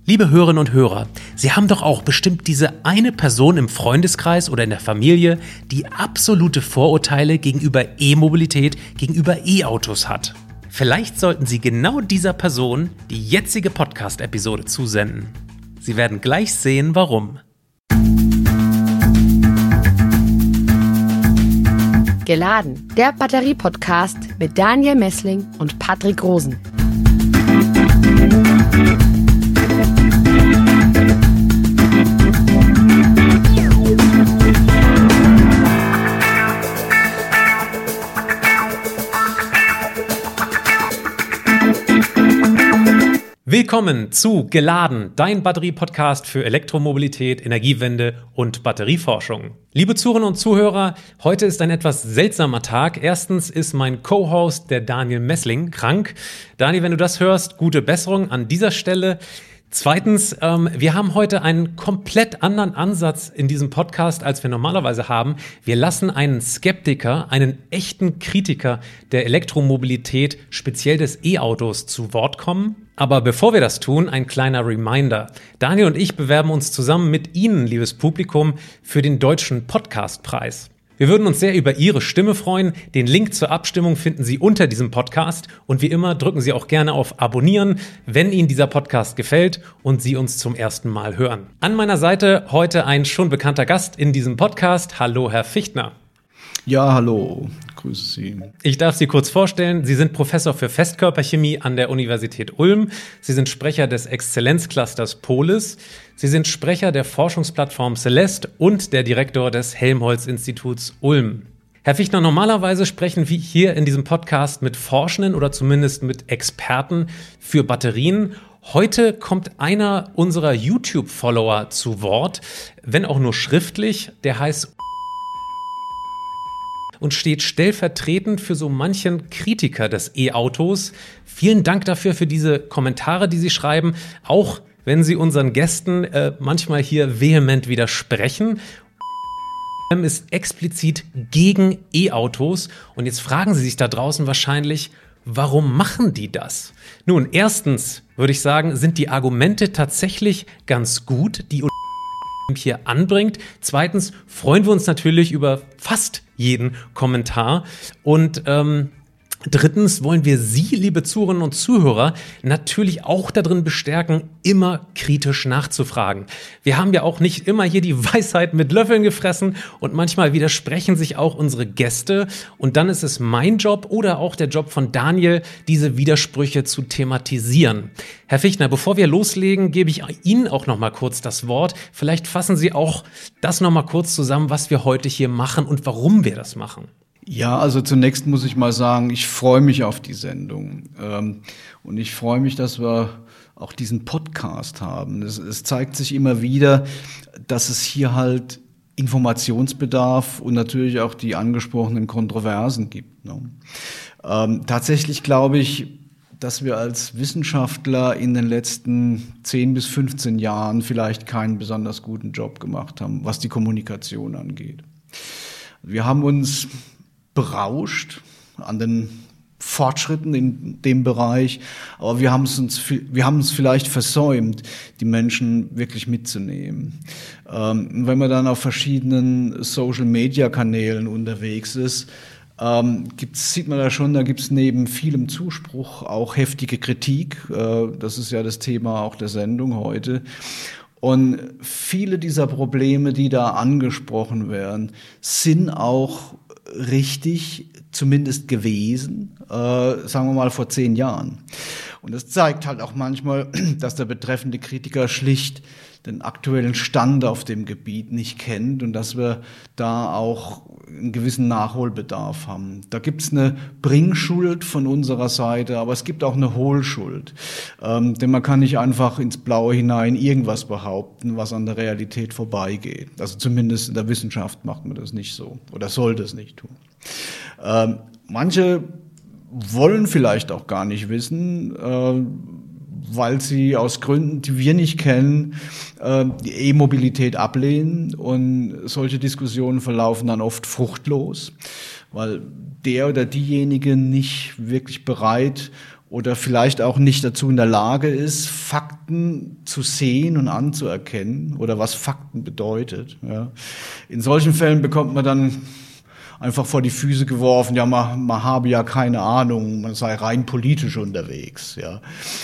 Liebe Hörerinnen und Hörer, Sie haben doch auch bestimmt diese eine Person im Freundeskreis oder in der Familie, die absolute Vorurteile gegenüber E-Mobilität, gegenüber E-Autos hat. Vielleicht sollten Sie genau dieser Person die jetzige Podcast-Episode zusenden. Sie werden gleich sehen, warum. Geladen, der Batterie-Podcast mit Daniel Messling und Patrick Rosen. Willkommen zu Geladen, dein Batterie-Podcast für Elektromobilität, Energiewende und Batterieforschung. Liebe Zuhörerinnen und Zuhörer, heute ist ein etwas seltsamer Tag. Erstens ist mein Co-Host, der Daniel Messling, krank. Daniel, wenn du das hörst, gute Besserung an dieser Stelle. Zweitens, wir haben heute einen komplett anderen Ansatz in diesem Podcast, als wir normalerweise haben. Wir lassen einen Skeptiker, einen echten Kritiker der Elektromobilität, speziell des E-Autos, zu Wort kommen. Aber bevor wir das tun, ein kleiner Reminder. Daniel und ich bewerben uns zusammen mit Ihnen, liebes Publikum, für den Deutschen Podcastpreis. Wir würden uns sehr über Ihre Stimme freuen. Den Link zur Abstimmung finden Sie unter diesem Podcast. Und wie immer drücken Sie auch gerne auf Abonnieren, wenn Ihnen dieser Podcast gefällt und Sie uns zum ersten Mal hören. An meiner Seite heute ein schon bekannter Gast in diesem Podcast. Hallo, Herr Fichtner. Ja, hallo. Grüße Sie. Ich darf Sie kurz vorstellen. Sie sind Professor für Festkörperchemie an der Universität Ulm. Sie sind Sprecher des Exzellenzclusters Polis. Sie sind Sprecher der Forschungsplattform Celeste und der Direktor des Helmholtz-Instituts Ulm. Herr Fichtner, normalerweise sprechen wir hier in diesem Podcast mit Forschenden oder zumindest mit Experten für Batterien. Heute kommt einer unserer YouTube-Follower zu Wort, wenn auch nur schriftlich. Der heißt und steht stellvertretend für so manchen Kritiker des E-Autos. Vielen Dank dafür für diese Kommentare, die Sie schreiben, auch wenn Sie unseren Gästen manchmal hier vehement widersprechen. Ist explizit gegen E-Autos und jetzt fragen Sie sich da draußen wahrscheinlich, warum machen die das? Nun, erstens würde ich sagen, sind die Argumente tatsächlich ganz gut, die hier anbringt. Zweitens freuen wir uns natürlich über fast jeden Kommentar und drittens wollen wir Sie, liebe Zuhörerinnen und Zuhörer, natürlich auch darin bestärken, immer kritisch nachzufragen. Wir haben ja auch nicht immer hier die Weisheit mit Löffeln gefressen und manchmal widersprechen sich auch unsere Gäste und dann ist es mein Job oder auch der Job von Daniel, diese Widersprüche zu thematisieren. Herr Fichtner, bevor wir loslegen, gebe ich Ihnen auch noch mal kurz das Wort. Vielleicht fassen Sie auch das noch mal kurz zusammen, was wir heute hier machen und warum wir das machen. Ja, also zunächst muss ich mal sagen, ich freue mich auf die Sendung. Und ich freue mich, dass wir auch diesen Podcast haben. Es zeigt sich immer wieder, dass es hier halt Informationsbedarf und natürlich auch die angesprochenen Kontroversen gibt. Tatsächlich glaube ich, dass wir als Wissenschaftler in den letzten 10 bis 15 Jahren vielleicht keinen besonders guten Job gemacht haben, was die Kommunikation angeht. Wir haben uns berauscht an den Fortschritten in dem Bereich, aber wir haben es vielleicht versäumt, die Menschen wirklich mitzunehmen. Wenn man dann auf verschiedenen Social-Media-Kanälen unterwegs ist, sieht man da schon, da gibt es neben vielem Zuspruch auch heftige Kritik. Das ist ja das Thema auch der Sendung heute. Und viele dieser Probleme, die da angesprochen werden, sind auch richtig zumindest gewesen, sagen wir mal vor 10 Jahren. Und das zeigt halt auch manchmal, dass der betreffende Kritiker schlicht den aktuellen Stand auf dem Gebiet nicht kennt und dass wir da auch einen gewissen Nachholbedarf haben. Da gibt es eine Bringschuld von unserer Seite, aber es gibt auch eine Hohlschuld. Denn man kann nicht einfach ins Blaue hinein irgendwas behaupten, was an der Realität vorbeigeht. Also zumindest in der Wissenschaft macht man das nicht so oder sollte es nicht tun. Manche wollen vielleicht auch gar nicht wissen, weil sie aus Gründen, die wir nicht kennen, die E-Mobilität ablehnen und solche Diskussionen verlaufen dann oft fruchtlos, weil der oder diejenige nicht wirklich bereit oder vielleicht auch nicht dazu in der Lage ist, Fakten zu sehen und anzuerkennen oder was Fakten bedeutet. Ja. In solchen Fällen bekommt man dann einfach vor die Füße geworfen, ja, man habe ja keine Ahnung, man sei rein politisch unterwegs. Ja.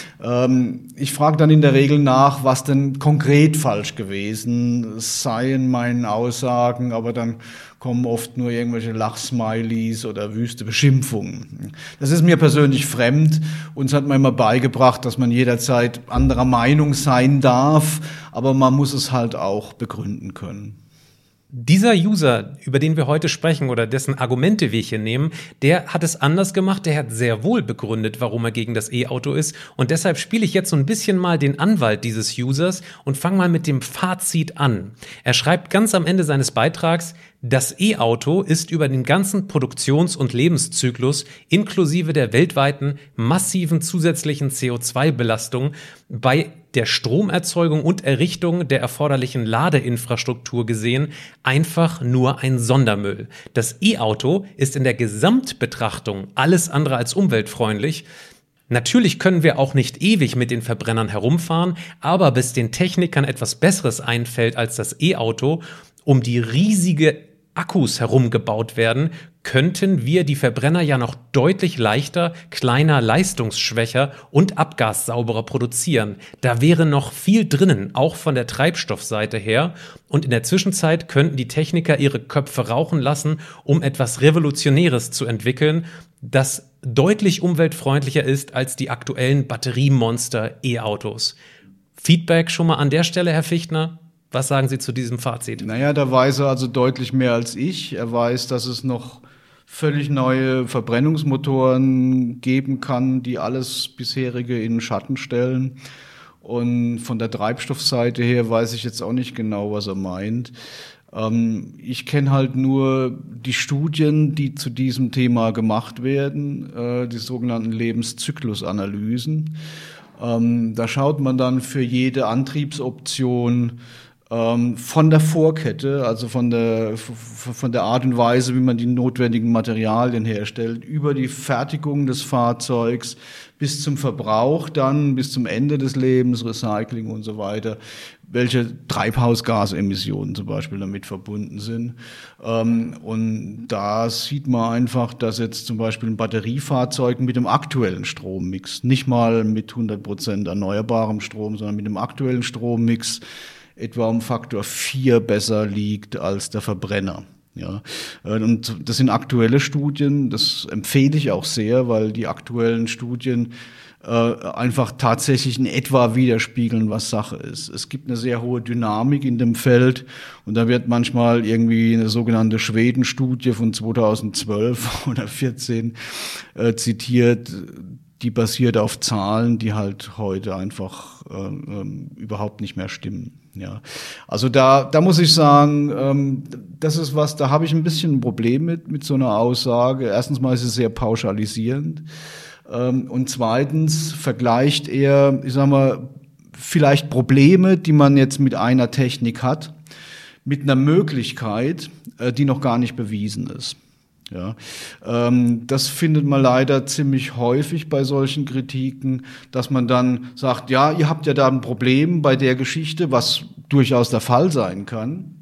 Ich frage dann in der Regel nach, was denn konkret falsch gewesen sei in meinen Aussagen, aber dann kommen oft nur irgendwelche Lachsmilies oder wüste Beschimpfungen. Das ist mir persönlich fremd. Uns hat man immer beigebracht, dass man jederzeit anderer Meinung sein darf, aber man muss es halt auch begründen können. Dieser User, über den wir heute sprechen oder dessen Argumente wir hier nehmen, der hat es anders gemacht, der hat sehr wohl begründet, warum er gegen das E-Auto ist, und deshalb spiele ich jetzt so ein bisschen mal den Anwalt dieses Users und fange mal mit dem Fazit an. Er schreibt ganz am Ende seines Beitrags: Das E-Auto ist über den ganzen Produktions- und Lebenszyklus inklusive der weltweiten massiven zusätzlichen CO2-Belastung bei der Stromerzeugung und Errichtung der erforderlichen Ladeinfrastruktur gesehen einfach nur ein Sondermüll. Das E-Auto ist in der Gesamtbetrachtung alles andere als umweltfreundlich. Natürlich können wir auch nicht ewig mit den Verbrennern herumfahren, aber bis den Technikern etwas Besseres einfällt als das E-Auto, um die riesige Akkus herumgebaut werden, könnten wir die Verbrenner ja noch deutlich leichter, kleiner, leistungsschwächer und abgassauberer produzieren. Da wäre noch viel drinnen, auch von der Treibstoffseite her. Und in der Zwischenzeit könnten die Techniker ihre Köpfe rauchen lassen, um etwas Revolutionäres zu entwickeln, das deutlich umweltfreundlicher ist als die aktuellen Batteriemonster E-Autos. Feedback schon mal an der Stelle, Herr Fichtner? Was sagen Sie zu diesem Fazit? Naja, da weiß er also deutlich mehr als ich. Er weiß, dass es noch völlig neue Verbrennungsmotoren geben kann, die alles bisherige in den Schatten stellen. Und von der Treibstoffseite her weiß ich jetzt auch nicht genau, was er meint. Ich kenne halt nur die Studien, die zu diesem Thema gemacht werden, die sogenannten Lebenszyklusanalysen. Da schaut man dann für jede Antriebsoption von der Vorkette, also von der Art und Weise, wie man die notwendigen Materialien herstellt, über die Fertigung des Fahrzeugs bis zum Verbrauch, dann bis zum Ende des Lebens, Recycling und so weiter, welche Treibhausgasemissionen zum Beispiel damit verbunden sind. Und da sieht man einfach, dass jetzt zum Beispiel ein Batteriefahrzeug mit dem aktuellen Strommix, nicht mal mit 100% erneuerbarem Strom, sondern mit dem aktuellen Strommix etwa um Faktor 4 besser liegt als der Verbrenner. Ja, und das sind aktuelle Studien, das empfehle ich auch sehr, weil die aktuellen Studien einfach tatsächlich in etwa widerspiegeln, was Sache ist. Es gibt eine sehr hohe Dynamik in dem Feld und da wird manchmal irgendwie eine sogenannte Schweden-Studie von 2012 oder 2014 zitiert, die basiert auf Zahlen, die halt heute einfach überhaupt nicht mehr stimmen. Ja, also da muss ich sagen, das ist was, da habe ich ein bisschen ein Problem mit so einer Aussage. Erstens mal ist es sehr pauschalisierend und zweitens vergleicht er, ich sag mal, vielleicht Probleme, die man jetzt mit einer Technik hat, mit einer Möglichkeit, die noch gar nicht bewiesen ist. Ja, das findet man leider ziemlich häufig bei solchen Kritiken, dass man dann sagt, ja, ihr habt ja da ein Problem bei der Geschichte, was durchaus der Fall sein kann,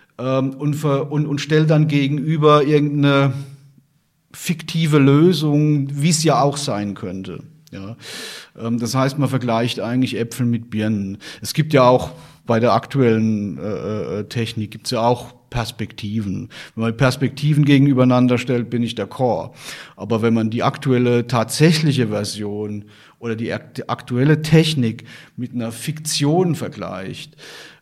und stellt dann gegenüber irgendeine fiktive Lösung, wie es ja auch sein könnte. Ja, das heißt, man vergleicht eigentlich Äpfel mit Birnen. Es gibt ja auch bei der aktuellen Technik gibt's ja auch Perspektiven. Wenn man Perspektiven gegenübereinander stellt, bin ich d'accord. Aber wenn man die aktuelle tatsächliche Version oder die aktuelle Technik mit einer Fiktion vergleicht,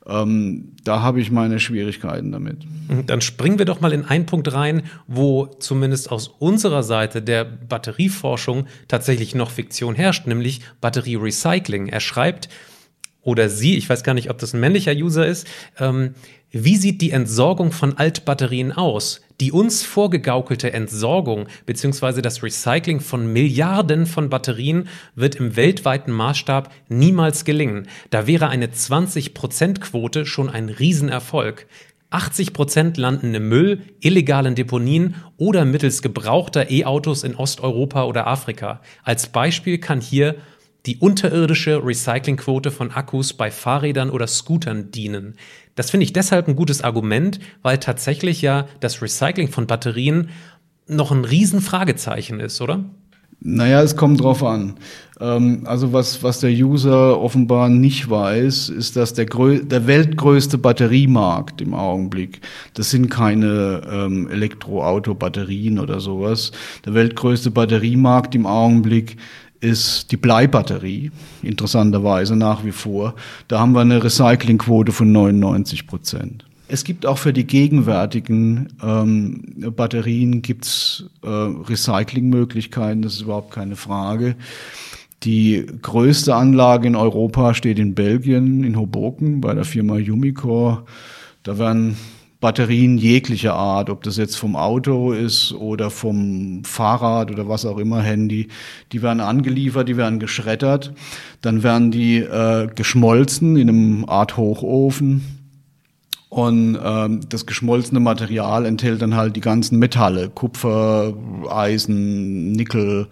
da habe ich meine Schwierigkeiten damit. Dann springen wir doch mal in einen Punkt rein, wo zumindest aus unserer Seite der Batterieforschung tatsächlich noch Fiktion herrscht, nämlich Batterierecycling. Er schreibt, oder sie, ich weiß gar nicht, ob das ein männlicher User ist, wie sieht die Entsorgung von Altbatterien aus? Die uns vorgegaukelte Entsorgung bzw. das Recycling von Milliarden von Batterien wird im weltweiten Maßstab niemals gelingen. Da wäre eine 20%-Quote schon ein Riesenerfolg. 80% landen im Müll, illegalen Deponien oder mittels gebrauchter E-Autos in Osteuropa oder Afrika. Als Beispiel kann hier die unterirdische Recyclingquote von Akkus bei Fahrrädern oder Scootern dienen. Das finde ich deshalb ein gutes Argument, weil tatsächlich ja das Recycling von Batterien noch ein Riesenfragezeichen ist, oder? Naja, es kommt drauf an. Also was der User offenbar nicht weiß, ist, dass der weltgrößte Batteriemarkt im Augenblick, das sind keine Elektroauto-Batterien oder sowas. Der weltgrößte Batteriemarkt im Augenblick ist die Bleibatterie, interessanterweise nach wie vor. Da haben wir eine Recyclingquote von 99%. Es gibt auch für die gegenwärtigen Batterien gibt's Recyclingmöglichkeiten, das ist überhaupt keine Frage. Die größte Anlage in Europa steht in Belgien, in Hoboken, bei der Firma Umicore. Da werden Batterien jeglicher Art, ob das jetzt vom Auto ist oder vom Fahrrad oder was auch immer, Handy, die werden angeliefert, die werden geschreddert, dann werden die geschmolzen in einem Art Hochofen. Und das geschmolzene Material enthält dann halt die ganzen Metalle, Kupfer, Eisen, Nickel,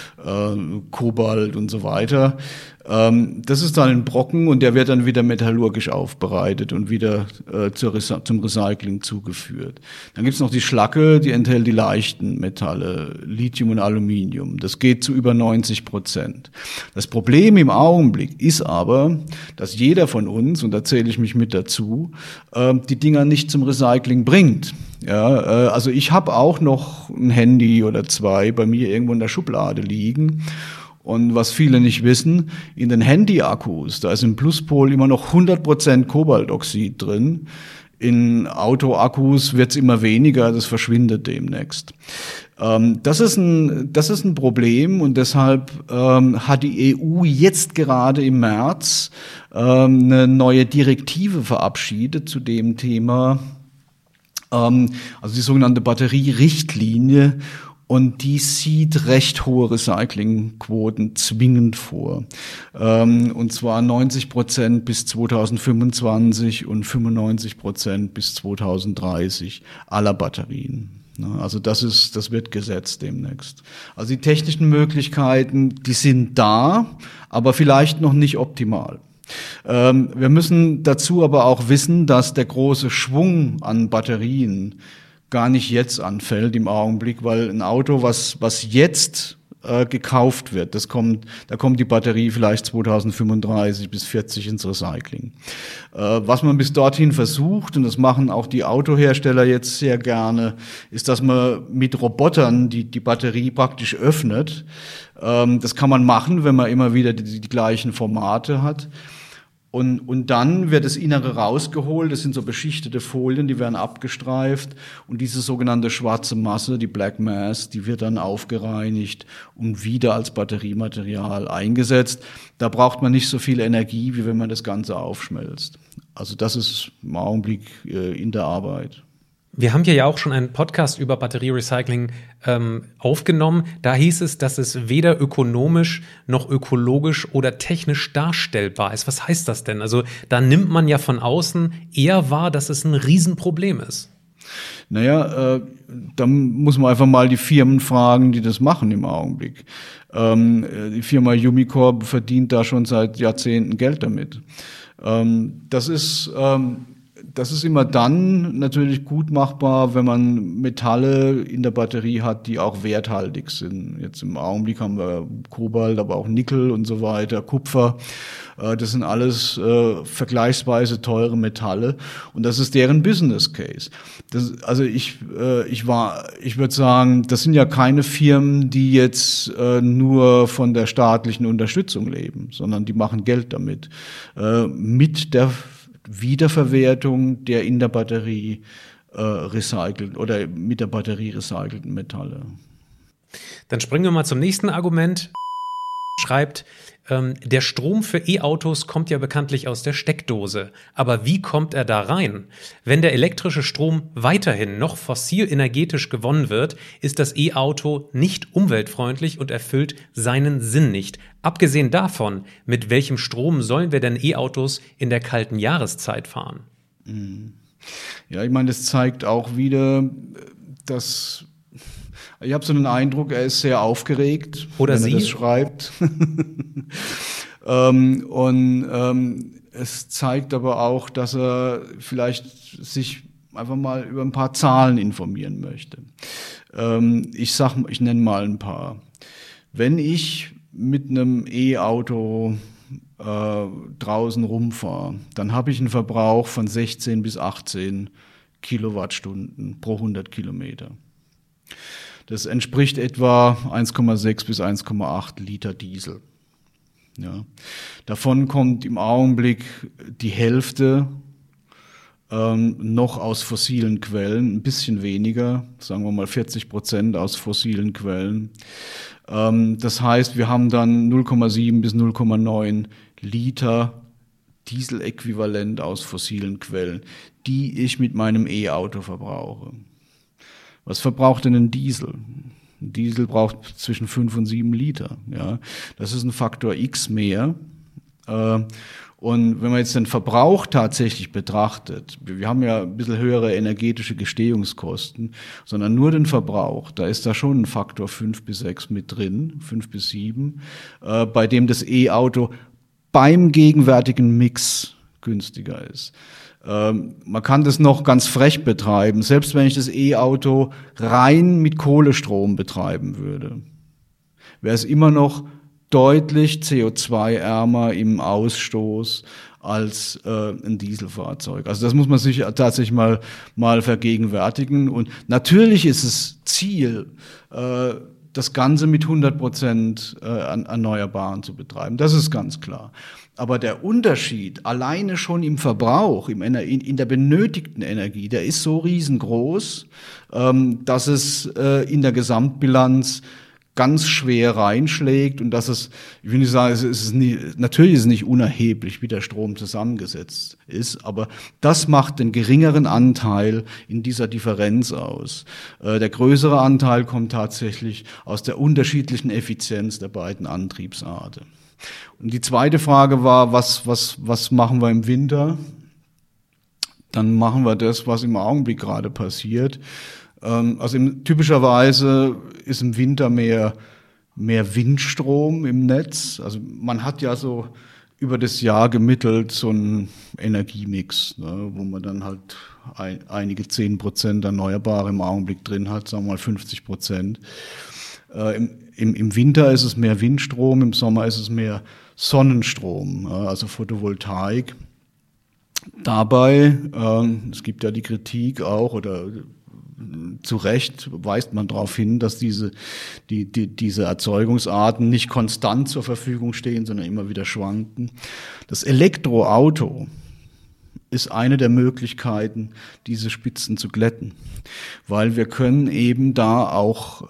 Kobalt und so weiter. Das ist dann ein Brocken und der wird dann wieder metallurgisch aufbereitet und wieder zum Recycling zugeführt. Dann gibt's noch die Schlacke, die enthält die leichten Metalle, Lithium und Aluminium. Das geht zu über 90%. Das Problem im Augenblick ist aber, dass jeder von uns, und da zähle ich mich mit dazu, die Dinger nicht zum Recycling bringt. Ja, also ich habe auch noch ein Handy oder zwei bei mir irgendwo in der Schublade liegen. Und was viele nicht wissen, in den Handy-Akkus, da ist im Pluspol immer noch 100% Kobaltoxid drin. In Auto-Akkus wird's immer weniger, das verschwindet demnächst. Das ist ein Problem und deshalb hat die EU jetzt gerade im März eine neue Direktive verabschiedet zu dem Thema, also die sogenannte Batterierichtlinie. Und die sieht recht hohe Recyclingquoten zwingend vor. Und zwar 90% bis 2025 und 95% bis 2030 aller Batterien. Also das wird gesetzt demnächst. Also die technischen Möglichkeiten, die sind da, aber vielleicht noch nicht optimal. Wir müssen dazu aber auch wissen, dass der große Schwung an Batterien gar nicht jetzt anfällt im Augenblick, weil ein Auto, was jetzt gekauft wird, da kommt die Batterie vielleicht 2035 bis 40 ins Recycling. Was man bis dorthin versucht, und das machen auch die Autohersteller jetzt sehr gerne, ist, dass man mit Robotern die Batterie praktisch öffnet. Das kann man machen, wenn man immer wieder die gleichen Formate hat. Und dann wird das Innere rausgeholt, das sind so beschichtete Folien, die werden abgestreift und diese sogenannte schwarze Masse, die Black Mass, die wird dann aufgereinigt und wieder als Batteriematerial eingesetzt. Da braucht man nicht so viel Energie, wie wenn man das Ganze aufschmelzt. Also das ist im Augenblick in der Arbeit. Wir haben hier ja auch schon einen Podcast über Batterierecycling aufgenommen. Da hieß es, dass es weder ökonomisch noch ökologisch oder technisch darstellbar ist. Was heißt das denn? Also da nimmt man ja von außen eher wahr, dass es ein Riesenproblem ist. Naja, da muss man einfach mal die Firmen fragen, die das machen im Augenblick. Die Firma Umicore verdient da schon seit Jahrzehnten Geld damit. Das ist immer dann natürlich gut machbar, wenn man Metalle in der Batterie hat, die auch werthaltig sind. Jetzt im Augenblick haben wir Kobalt, aber auch Nickel und so weiter, Kupfer. Das sind alles vergleichsweise teure Metalle und das ist deren Business Case. Ich würde sagen, das sind ja keine Firmen, die jetzt nur von der staatlichen Unterstützung leben, sondern die machen Geld damit. Mit der Wiederverwertung der in der Batterie recycelten oder mit der Batterie recycelten Metalle. Dann springen wir mal zum nächsten Argument. Schreibt, der Strom für E-Autos kommt ja bekanntlich aus der Steckdose. Aber wie kommt er da rein? Wenn der elektrische Strom weiterhin noch fossil-energetisch gewonnen wird, ist das E-Auto nicht umweltfreundlich und erfüllt seinen Sinn nicht. Abgesehen davon, mit welchem Strom sollen wir denn E-Autos in der kalten Jahreszeit fahren? Ja, ich meine, das zeigt auch wieder, dass ich habe so einen Eindruck, er ist sehr aufgeregt, Oder wenn sie? er das schreibt. Es zeigt aber auch, dass er vielleicht sich einfach mal über ein paar Zahlen informieren möchte. Ich nenne mal ein paar. Wenn ich mit einem E-Auto draußen rumfahre, dann habe ich einen Verbrauch von 16 bis 18 Kilowattstunden pro 100 Kilometer. Das entspricht etwa 1,6 bis 1,8 Liter Diesel. Ja. Davon kommt im Augenblick die Hälfte noch aus fossilen Quellen, ein bisschen weniger, sagen wir mal 40% aus fossilen Quellen. Das heißt, wir haben dann 0,7 bis 0,9 Liter Dieseläquivalent aus fossilen Quellen, die ich mit meinem E-Auto verbrauche. Was verbraucht denn ein Diesel? Ein Diesel braucht zwischen 5 und 7 Liter. Ja. Das ist ein Faktor X mehr. Und wenn man jetzt den Verbrauch tatsächlich betrachtet, wir haben ja ein bisschen höhere energetische Gestehungskosten, sondern nur den Verbrauch, da ist da schon ein Faktor 5 bis 6 mit drin, 5 bis 7, bei dem das E-Auto beim gegenwärtigen Mix günstiger ist. Man kann das noch ganz frech betreiben, selbst wenn ich das E-Auto rein mit Kohlestrom betreiben würde, wäre es immer noch deutlich CO2-ärmer im Ausstoß als ein Dieselfahrzeug. Also das muss man sich tatsächlich mal vergegenwärtigen. Und natürlich ist es Ziel, das Ganze mit 100% an Erneuerbaren zu betreiben. Das ist ganz klar. Aber der Unterschied alleine schon im Verbrauch, in der benötigten Energie, der ist so riesengroß, dass es in der Gesamtbilanz ganz schwer reinschlägt und dass ich will nicht sagen, natürlich ist es nicht unerheblich, wie der Strom zusammengesetzt ist, aber das macht den geringeren Anteil in dieser Differenz aus. Der größere Anteil kommt tatsächlich aus der unterschiedlichen Effizienz der beiden Antriebsarten. Und die zweite Frage war, was machen wir im Winter? Dann machen wir das, was im Augenblick gerade passiert. Also typischerweise ist im Winter mehr Windstrom im Netz. Also man hat ja so über das Jahr gemittelt so einen Energiemix, ne, wo man dann halt einige 10% Erneuerbare im Augenblick drin hat, sagen wir mal 50%. Im Winter ist es mehr Windstrom, im Sommer ist es mehr Sonnenstrom, also Photovoltaik. Dabei, es gibt ja die Kritik auch, oder zu Recht weist man darauf hin, dass diese Erzeugungsarten nicht konstant zur Verfügung stehen, sondern immer wieder schwanken. Das Elektroauto ist eine der Möglichkeiten, diese Spitzen zu glätten, weil wir können eben da auch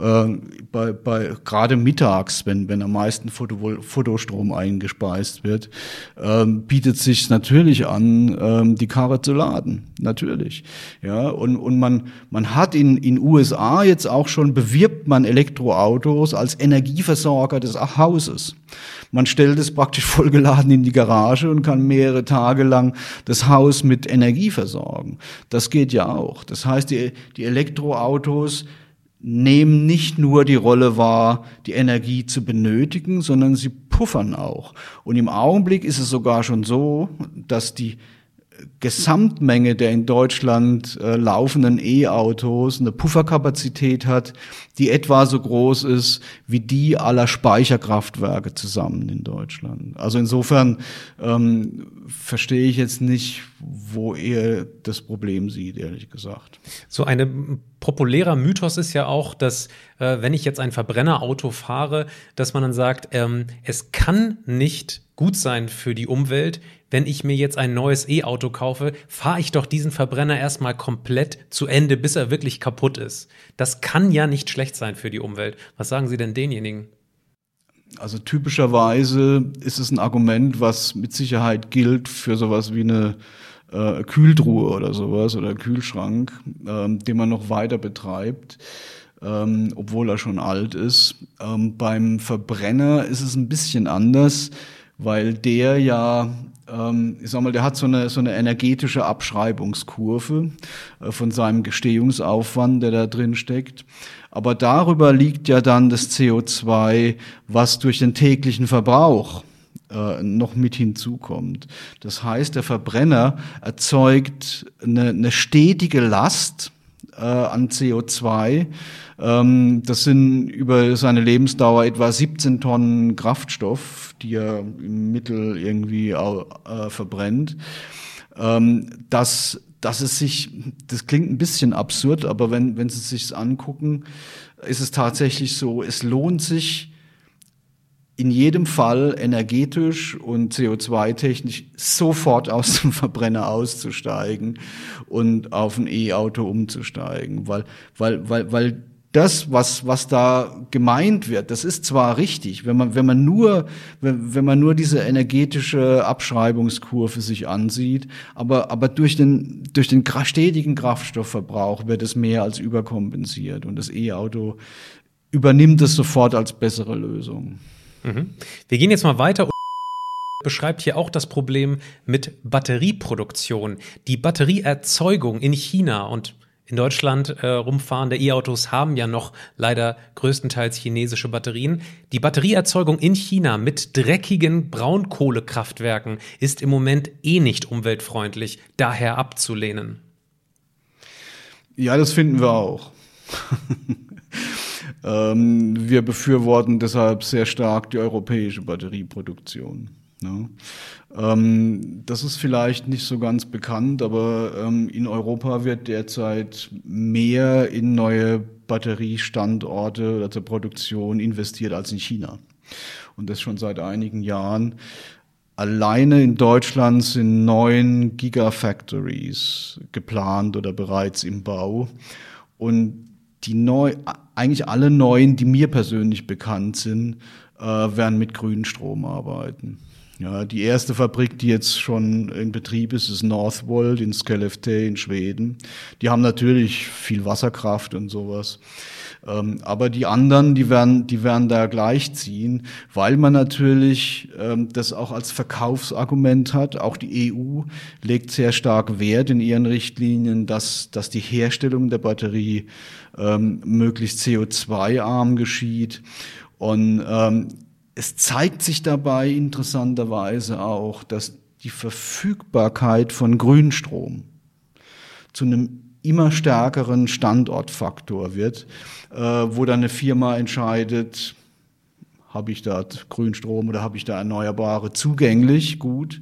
gerade mittags, wenn am meisten Photostrom eingespeist wird, bietet sich natürlich an, die Karre zu laden, natürlich. Ja, und man hat in USA jetzt auch schon, bewirbt man Elektroautos als Energieversorger des Hauses. Man stellt es praktisch vollgeladen in die Garage und kann mehrere Tage lang das Haus mit Energie versorgen. Das geht ja auch. Das heißt, die Elektroautos nehmen nicht nur die Rolle wahr, die Energie zu benötigen, sondern sie puffern auch. Und im Augenblick ist es sogar schon so, dass die Gesamtmenge der in Deutschland laufenden E-Autos eine Pufferkapazität hat, die etwa so groß ist wie die aller Speicherkraftwerke zusammen in Deutschland. Also insofern verstehe ich jetzt nicht, wo er das Problem sieht, ehrlich gesagt. So ein populärer Mythos ist ja auch, dass wenn ich jetzt ein Verbrennerauto fahre, dass man dann sagt, es kann nicht gut sein für die Umwelt, wenn ich mir jetzt ein neues E-Auto kaufe, fahre ich doch diesen Verbrenner erstmal komplett zu Ende, bis er wirklich kaputt ist. Das kann ja nicht schlecht sein für die Umwelt. Was sagen Sie denn denjenigen? Also typischerweise ist es ein Argument, was mit Sicherheit gilt für sowas wie eine Kühltruhe oder sowas oder Kühlschrank, den man noch weiter betreibt, obwohl er schon alt ist. Beim Verbrenner ist es ein bisschen anders, weil der ja, ich sag mal, der hat so eine energetische Abschreibungskurve von seinem Gestehungsaufwand, der da drin steckt. Aber darüber liegt ja dann das CO2, was durch den täglichen Verbrauch noch mit hinzukommt. Das heißt, der Verbrenner erzeugt eine stetige Last an CO2. Das sind über seine Lebensdauer etwa 17 Tonnen Kraftstoff, die er im Mittel irgendwie verbrennt. Das klingt ein bisschen absurd, aber wenn Sie es sich angucken, ist es tatsächlich so, es lohnt sich in jedem Fall energetisch und CO2-technisch sofort aus dem Verbrenner auszusteigen und auf ein E-Auto umzusteigen, weil das, was da gemeint wird, das ist zwar richtig, wenn man nur diese energetische Abschreibungskurve sich ansieht, aber durch den stetigen Kraftstoffverbrauch wird es mehr als überkompensiert und das E-Auto übernimmt es sofort als bessere Lösung. Wir gehen jetzt mal weiter und beschreibt hier auch das Problem mit Batterieproduktion. Die Batterieerzeugung in China und in Deutschland rumfahrende E-Autos haben ja noch leider größtenteils chinesische Batterien. Die Batterieerzeugung in China mit dreckigen Braunkohlekraftwerken ist im Moment nicht umweltfreundlich, daher abzulehnen. Ja, das finden wir auch. Wir befürworten deshalb sehr stark die europäische Batterieproduktion. Ja. Das ist vielleicht nicht so ganz bekannt, aber in Europa wird derzeit mehr in neue Batteriestandorte oder zur Produktion investiert als in China. Und das schon seit einigen Jahren. Alleine in Deutschland sind 9 Gigafactories geplant oder bereits im Bau. Und eigentlich alle 9, die mir persönlich bekannt sind, werden mit grünem Strom arbeiten. Ja, die erste Fabrik, die jetzt schon in Betrieb ist Northvolt in Skellefteå in Schweden. Die haben natürlich viel Wasserkraft und sowas. Aber die anderen, die werden da gleichziehen, weil man natürlich das auch als Verkaufsargument hat. Auch die EU legt sehr stark Wert in ihren Richtlinien, dass die Herstellung der Batterie möglichst CO2-arm geschieht. Und es zeigt sich dabei interessanterweise auch, dass die Verfügbarkeit von Grünstrom zu einem immer stärkeren Standortfaktor wird, wo dann eine Firma entscheidet, habe ich da Grünstrom oder habe ich da Erneuerbare zugänglich, gut,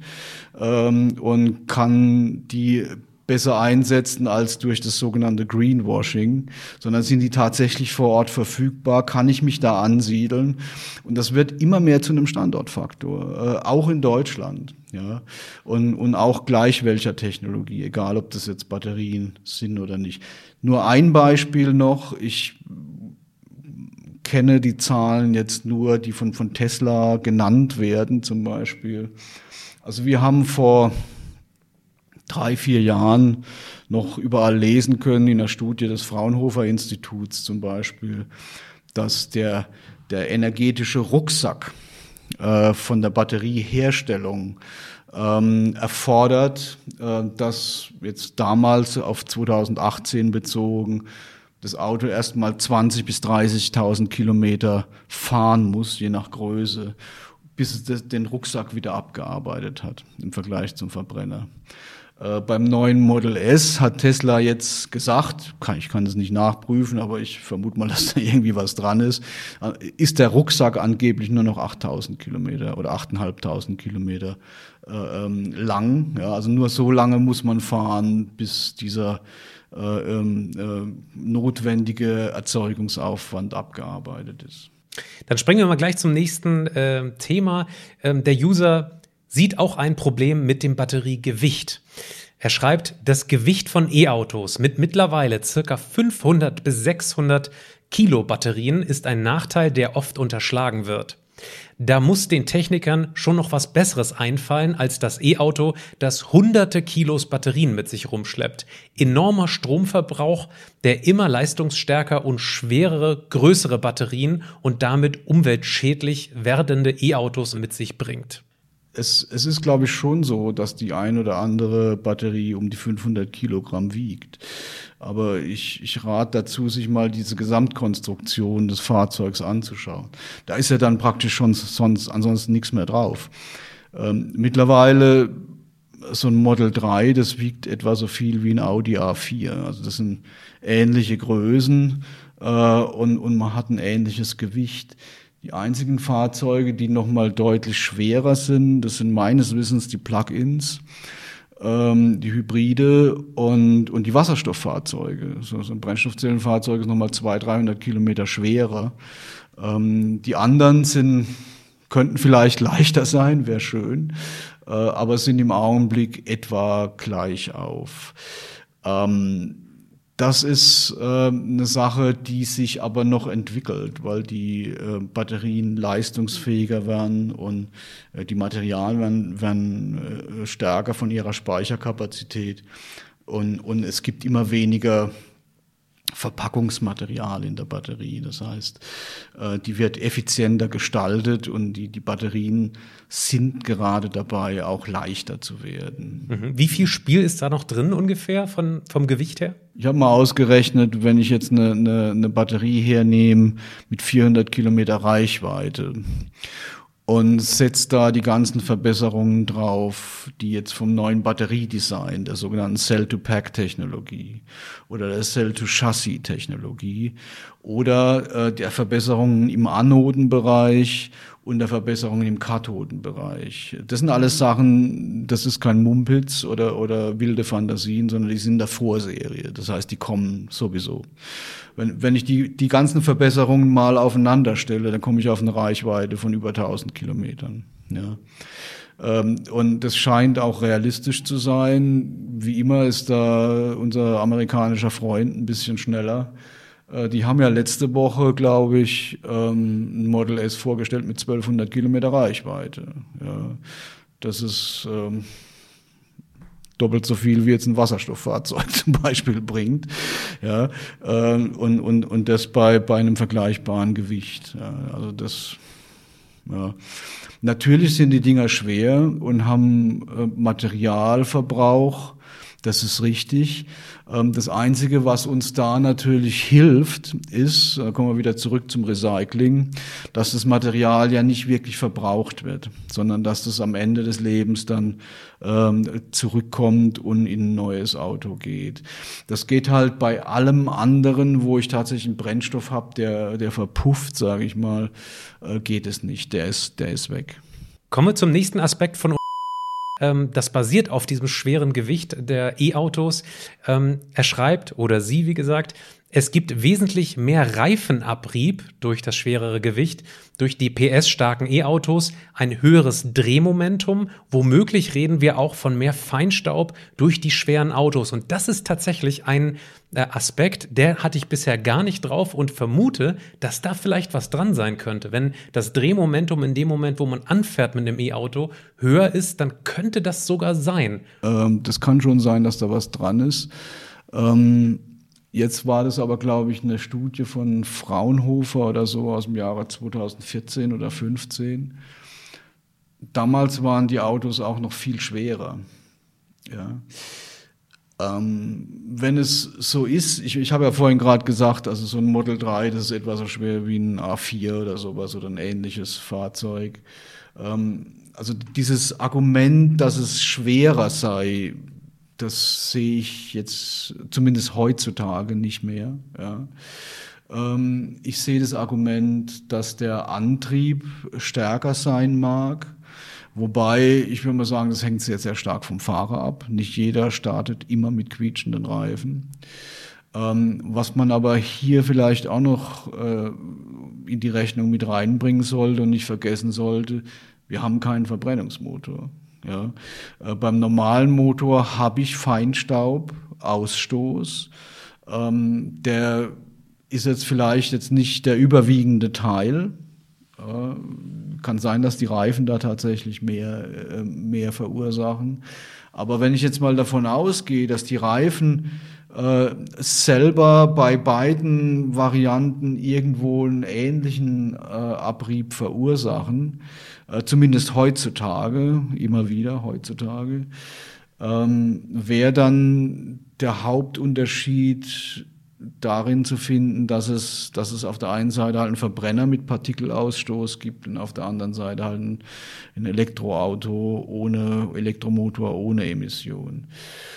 und kann die besser einsetzen als durch das sogenannte Greenwashing, sondern sind die tatsächlich vor Ort verfügbar, kann ich mich da ansiedeln und das wird immer mehr zu einem Standortfaktor, auch in Deutschland, ja, und auch gleich welcher Technologie, egal ob das jetzt Batterien sind oder nicht. Nur ein Beispiel noch, ich kenne die Zahlen jetzt nur, die von Tesla genannt werden zum Beispiel. Also wir haben vor 3-4 Jahren noch überall lesen können, in der Studie des Fraunhofer-Instituts zum Beispiel, dass der energetische Rucksack von der Batterieherstellung erfordert, dass jetzt damals auf 2018 bezogen das Auto erstmal 20.000 bis 30.000 Kilometer fahren muss, je nach Größe, bis es den Rucksack wieder abgearbeitet hat im Vergleich zum Verbrenner. Beim neuen Model S hat Tesla jetzt gesagt, ich kann das nicht nachprüfen, aber ich vermute mal, dass da irgendwie was dran ist der Rucksack angeblich nur noch 8.000 Kilometer oder 8.500 Kilometer lang. Ja, also nur so lange muss man fahren, bis dieser notwendige Erzeugungsaufwand abgearbeitet ist. Dann springen wir mal gleich zum nächsten Thema. Der User sieht auch ein Problem mit dem Batteriegewicht. Er schreibt, das Gewicht von E-Autos mit mittlerweile ca. 500 bis 600 Kilo Batterien ist ein Nachteil, der oft unterschlagen wird. Da muss den Technikern schon noch was Besseres einfallen als das E-Auto, das hunderte Kilos Batterien mit sich rumschleppt. Enormer Stromverbrauch, der immer leistungsstärker und schwerere, größere Batterien und damit umweltschädlich werdende E-Autos mit sich bringt. es ist, glaube ich, schon so, dass die ein oder andere Batterie um die 500 Kilogramm wiegt. Aber ich rate dazu, sich mal diese Gesamtkonstruktion des Fahrzeugs anzuschauen. Da ist ja dann praktisch schon ansonsten nichts mehr drauf. Mittlerweile so ein Model 3, das wiegt etwa so viel wie ein Audi A4. Also das sind ähnliche Größen und man hat ein ähnliches Gewicht. Die einzigen Fahrzeuge, die noch mal deutlich schwerer sind, das sind meines Wissens die Plug-ins, die Hybride und die Wasserstofffahrzeuge. So ein Brennstoffzellenfahrzeug ist noch mal 200-300 Kilometer schwerer. Die anderen könnten vielleicht leichter sein, wäre schön, aber sind im Augenblick etwa gleich auf. Das ist eine Sache, die sich aber noch entwickelt, weil die Batterien leistungsfähiger werden und die Materialien werden stärker von ihrer Speicherkapazität und es gibt immer weniger Verpackungsmaterial in der Batterie. Das heißt, die wird effizienter gestaltet und die Batterien sind gerade dabei, auch leichter zu werden. Wie viel Spiel ist da noch drin ungefähr vom Gewicht her? Ich habe mal ausgerechnet, wenn ich jetzt eine Batterie hernehme mit 400 Kilometer Reichweite und setze da die ganzen Verbesserungen drauf, die jetzt vom neuen Batteriedesign, der sogenannten Cell-to-Pack-Technologie oder der Cell-to-Chassis-Technologie oder der Verbesserungen im Anodenbereich und der Verbesserungen im Kathodenbereich. Das sind alles Sachen, das ist kein Mumpitz oder wilde Fantasien, sondern die sind in der Vorserie. Das heißt, die kommen sowieso. Wenn ich die ganzen Verbesserungen mal aufeinander stelle, dann komme ich auf eine Reichweite von über 1000 Kilometern. Ja. Und das scheint auch realistisch zu sein. Wie immer ist da unser amerikanischer Freund ein bisschen schneller. Die haben ja letzte Woche, glaube ich, ein Model S vorgestellt mit 1200 Kilometer Reichweite. Ja, das ist doppelt so viel wie jetzt ein Wasserstofffahrzeug zum Beispiel bringt. Ja, und das bei einem vergleichbaren Gewicht. Ja, also das, ja. Natürlich sind die Dinger schwer und haben Materialverbrauch. Das ist richtig. Das Einzige, was uns da natürlich hilft, ist, da kommen wir wieder zurück zum Recycling, dass das Material ja nicht wirklich verbraucht wird, sondern dass das am Ende des Lebens dann zurückkommt und in ein neues Auto geht. Das geht halt bei allem anderen, wo ich tatsächlich einen Brennstoff habe, der verpufft, sage ich mal, geht es nicht. Der ist weg. Kommen wir zum nächsten Aspekt von das basiert auf diesem schweren Gewicht der E-Autos. Er schreibt, oder sie, wie gesagt, es gibt wesentlich mehr Reifenabrieb durch das schwerere Gewicht, durch die PS-starken E-Autos, ein höheres Drehmomentum. Womöglich reden wir auch von mehr Feinstaub durch die schweren Autos. Und das ist tatsächlich ein Aspekt, der hatte ich bisher gar nicht drauf und vermute, dass da vielleicht was dran sein könnte. Wenn das Drehmomentum in dem Moment, wo man anfährt mit einem E-Auto, höher ist, dann könnte das sogar sein. Das kann schon sein, dass da was dran ist. Jetzt war das aber, glaube ich, eine Studie von Fraunhofer oder so aus dem Jahre 2014 oder 2015. Damals waren die Autos auch noch viel schwerer. Ja. Wenn es so ist, ich habe ja vorhin gerade gesagt, also so ein Model 3, das ist etwa so schwer wie ein A4 oder sowas oder ein ähnliches Fahrzeug. Also dieses Argument, dass es schwerer sei, das sehe ich jetzt zumindest heutzutage nicht mehr. Ja. Ich sehe das Argument, dass der Antrieb stärker sein mag. Wobei, ich würde mal sagen, das hängt sehr, sehr stark vom Fahrer ab. Nicht jeder startet immer mit quietschenden Reifen. Was man aber hier vielleicht auch noch in die Rechnung mit reinbringen sollte und nicht vergessen sollte, wir haben keinen Verbrennungsmotor. Ja. Beim normalen Motor habe ich Feinstaub, Ausstoß. Der ist jetzt vielleicht nicht der überwiegende Teil. Kann sein, dass die Reifen da tatsächlich mehr verursachen. Aber wenn ich jetzt mal davon ausgehe, dass die Reifen selber bei beiden Varianten irgendwo einen ähnlichen Abrieb verursachen, zumindest heutzutage, immer wieder heutzutage, wäre dann der Hauptunterschied darin zu finden, dass es auf der einen Seite halt einen Verbrenner mit Partikelausstoß gibt und auf der anderen Seite halt ein Elektroauto ohne Elektromotor, ohne Emission.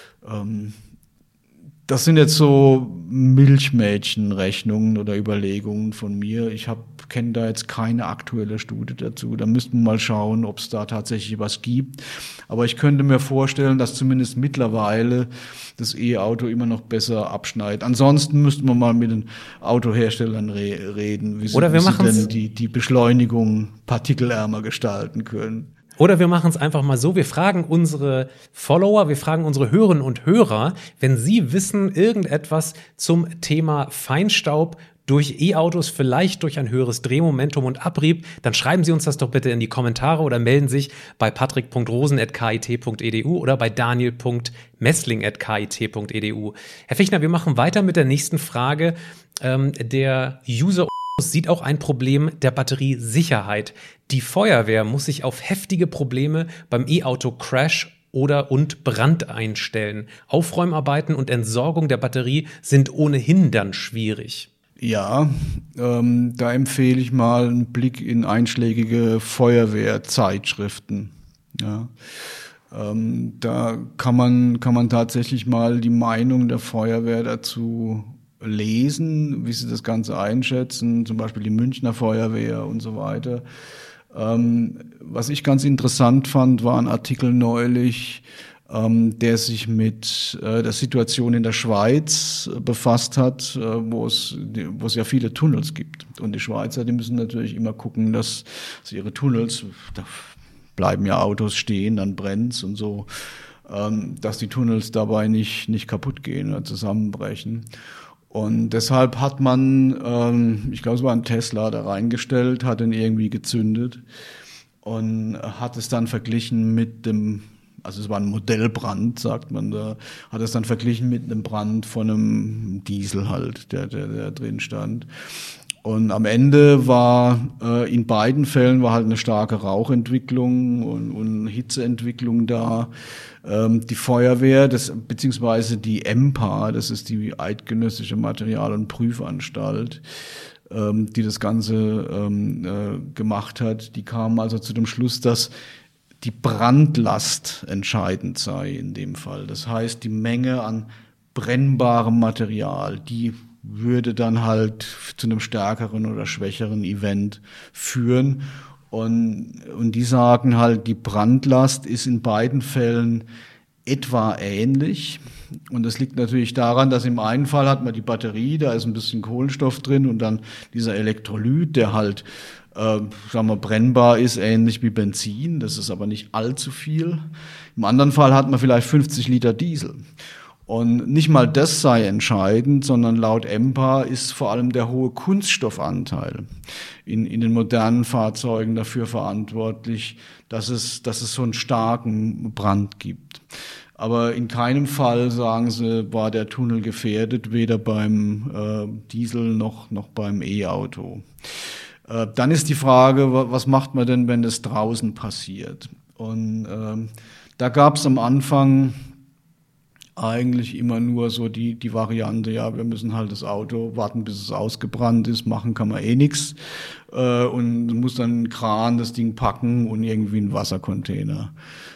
Das sind jetzt so Milchmädchenrechnungen oder Überlegungen von mir. Ich kenne da jetzt keine aktuelle Studie dazu. Da müssten wir mal schauen, ob es da tatsächlich was gibt. Aber ich könnte mir vorstellen, dass zumindest mittlerweile das E-Auto immer noch besser abschneidet. Ansonsten müssten wir mal mit den Autoherstellern reden, wie sie denn die Beschleunigung partikelärmer gestalten können. Oder wir machen es einfach mal so, wir fragen unsere Follower, wir fragen unsere Hörerinnen und Hörer, wenn sie wissen irgendetwas zum Thema Feinstaub durch E-Autos, vielleicht durch ein höheres Drehmomentum und Abrieb, dann schreiben Sie uns das doch bitte in die Kommentare oder melden sich bei patrick.rosen@kit.edu oder bei daniel.messling@kit.edu. Herr Fichtner, wir machen weiter mit der nächsten Frage. Der User sieht auch ein Problem der Batteriesicherheit. Die Feuerwehr muss sich auf heftige Probleme beim E-Auto-Crash und Brand einstellen. Aufräumarbeiten und Entsorgung der Batterie sind ohnehin dann schwierig. Ja, da empfehle ich mal einen Blick in einschlägige Feuerwehrzeitschriften. Ja. Da kann man tatsächlich mal die Meinung der Feuerwehr dazu lesen, wie sie das Ganze einschätzen, zum Beispiel die Münchner Feuerwehr und so weiter. Was ich ganz interessant fand, war ein Artikel neulich, der sich mit der Situation in der Schweiz befasst hat, wo es ja viele Tunnels gibt. Und die Schweizer, die müssen natürlich immer gucken, dass ihre Tunnels, da bleiben ja Autos stehen, dann brennt's und so, dass die Tunnels dabei nicht kaputt gehen oder zusammenbrechen. Und deshalb hat man, ich glaube, es war ein Tesla, da reingestellt, hat den irgendwie gezündet und hat es dann verglichen mit also es war ein Modellbrand, sagt man da, hat es dann verglichen mit einem Brand von einem Diesel halt, der drin stand. Und am Ende war, in beiden Fällen war halt eine starke Rauchentwicklung und Hitzeentwicklung da. Die Feuerwehr, beziehungsweise die EMPA, das ist die Eidgenössische Material- und Prüfanstalt, die das Ganze gemacht hat, die kam also zu dem Schluss, dass die Brandlast entscheidend sei in dem Fall. Das heißt, die Menge an brennbarem Material, die würde dann halt zu einem stärkeren oder schwächeren Event führen. Und die sagen halt, die Brandlast ist in beiden Fällen etwa ähnlich. Und das liegt natürlich daran, dass im einen Fall hat man die Batterie, da ist ein bisschen Kohlenstoff drin und dann dieser Elektrolyt, der halt, brennbar ist, ähnlich wie Benzin. Das ist aber nicht allzu viel. Im anderen Fall hat man vielleicht 50 Liter Diesel. Und nicht mal das sei entscheidend, sondern laut EMPA ist vor allem der hohe Kunststoffanteil in den modernen Fahrzeugen dafür verantwortlich, dass es so einen starken Brand gibt. Aber in keinem Fall, sagen sie, war der Tunnel gefährdet, weder beim Diesel noch beim E-Auto. Dann ist die Frage, was macht man denn, wenn das draußen passiert? Und da gab es am Anfang eigentlich immer nur so die Variante, ja, wir müssen halt das Auto warten, bis es ausgebrannt ist, machen kann man eh nichts und muss dann ein Kran das Ding packen und irgendwie einen Wassercontainer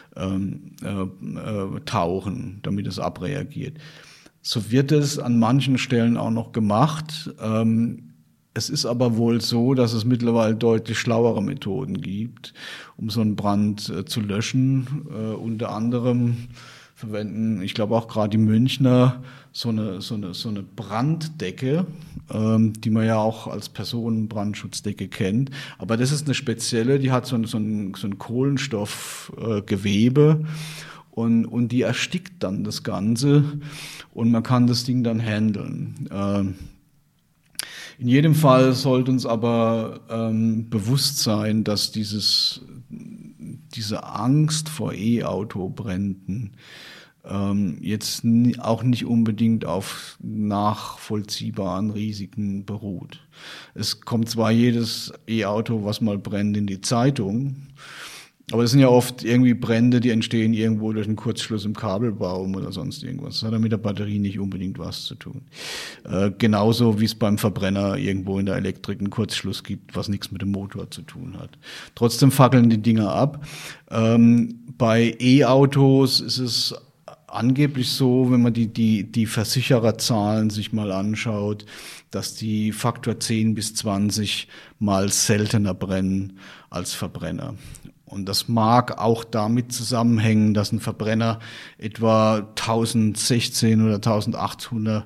tauchen, damit es abreagiert. So wird es an manchen Stellen auch noch gemacht. Es ist aber wohl so, dass es mittlerweile deutlich schlauere Methoden gibt, um so einen Brand zu löschen. Unter anderem verwenden, ich glaube auch gerade die Münchner, so eine Branddecke, die man ja auch als Personenbrandschutzdecke kennt. Aber das ist eine spezielle, die hat so ein Kohlenstoffgewebe und die erstickt dann das Ganze und man kann das Ding dann handeln. In jedem Fall sollte uns aber bewusst sein, dass diese Angst vor E-Auto-Bränden jetzt auch nicht unbedingt auf nachvollziehbaren Risiken beruht. Es kommt zwar jedes E-Auto, was mal brennt, in die Zeitung, aber es sind ja oft irgendwie Brände, die entstehen irgendwo durch einen Kurzschluss im Kabelbaum oder sonst irgendwas. Das hat ja mit der Batterie nicht unbedingt was zu tun. Genauso wie es beim Verbrenner irgendwo in der Elektrik einen Kurzschluss gibt, was nichts mit dem Motor zu tun hat. Trotzdem fackeln die Dinger ab. Bei E-Autos ist es angeblich so, wenn man die Versichererzahlen sich mal anschaut, dass die Faktor 10 bis 20 mal seltener brennen als Verbrenner. Und das mag auch damit zusammenhängen, dass ein Verbrenner etwa 1016 oder 1800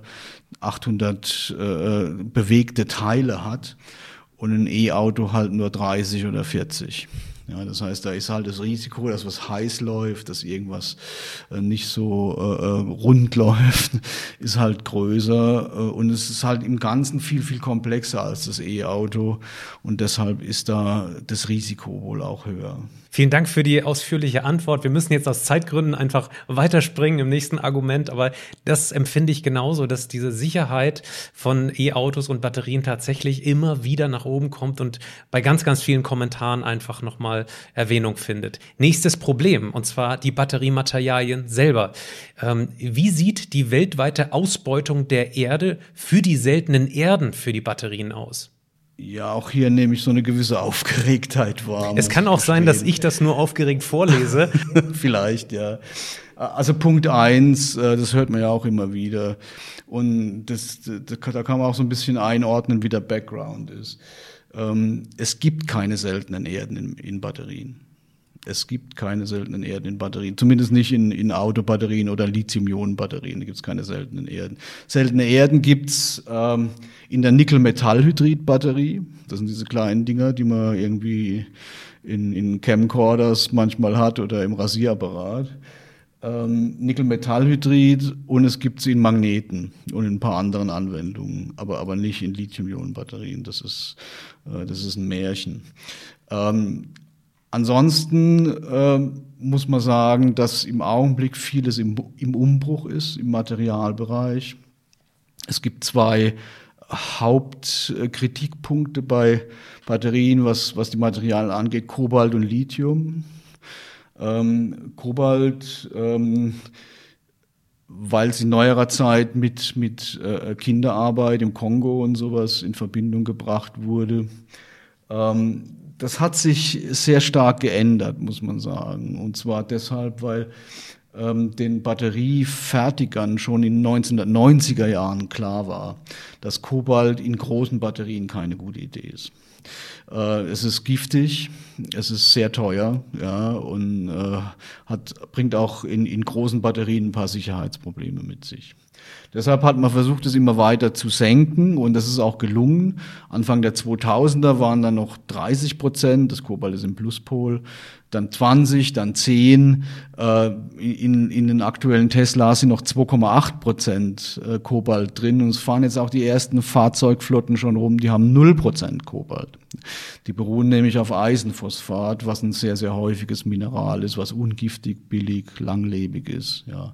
bewegte Teile hat und ein E-Auto halt nur 30 oder 40. Ja, das heißt, da ist halt das Risiko, dass was heiß läuft, dass irgendwas nicht so rund läuft, ist halt größer. Und es ist halt im Ganzen viel, viel komplexer als das E-Auto. Und deshalb ist da das Risiko wohl auch höher. Vielen Dank für die ausführliche Antwort. Wir müssen jetzt aus Zeitgründen einfach weiterspringen im nächsten Argument, aber das empfinde ich genauso, dass diese Sicherheit von E-Autos und Batterien tatsächlich immer wieder nach oben kommt und bei ganz, ganz vielen Kommentaren einfach nochmal Erwähnung findet. Nächstes Problem, und zwar die Batteriematerialien selber. Wie sieht die weltweite Ausbeutung der Erde für die seltenen Erden für die Batterien aus? Ja, auch hier nehme ich so eine gewisse Aufgeregtheit wahr. Es kann auch sein, dass ich das nur aufgeregt vorlese. Vielleicht, ja. Also Punkt 1, das hört man ja auch immer wieder. Und da kann man auch so ein bisschen einordnen, wie der Background ist. Es gibt keine seltenen Erden in Batterien. Es gibt keine seltenen Erden in Batterien, zumindest nicht in Autobatterien oder Lithium-Ionen-Batterien, da gibt es keine seltenen Erden. Seltene Erden gibt's in der Nickel-Metall-Hydrid-Batterie. Das sind diese kleinen Dinger, die man irgendwie in Camcorders manchmal hat oder im Rasierapparat. Nickel-Metall-Hydrid, und es gibt sie in Magneten und in ein paar anderen Anwendungen, aber nicht in Lithium-Ionen-Batterien. Das ist ein Märchen. Ansonsten muss man sagen, dass im Augenblick vieles im Umbruch ist, im Materialbereich. Es gibt 2 Hauptkritikpunkte bei Batterien, was die Materialien angeht: Kobalt und Lithium. Kobalt, weil es in neuerer Zeit mit Kinderarbeit im Kongo und sowas in Verbindung gebracht wurde. Das hat sich sehr stark geändert, muss man sagen. Und zwar deshalb, weil den Batteriefertigern schon in den 1990er Jahren klar war, dass Kobalt in großen Batterien keine gute Idee ist. Es ist giftig, es ist sehr teuer, ja, und bringt auch in großen Batterien ein paar Sicherheitsprobleme mit sich. Deshalb hat man versucht, es immer weiter zu senken, und das ist auch gelungen. Anfang der 2000er waren dann noch 30%, das Kobalt ist im Pluspol, dann 20, dann 10. In den aktuellen Teslas sind noch 2,8% Kobalt drin, und es fahren jetzt auch die ersten Fahrzeugflotten schon rum, die haben 0% Kobalt. Die beruhen nämlich auf Eisenphosphat, was ein sehr, sehr häufiges Mineral ist, was ungiftig, billig, langlebig ist, ja.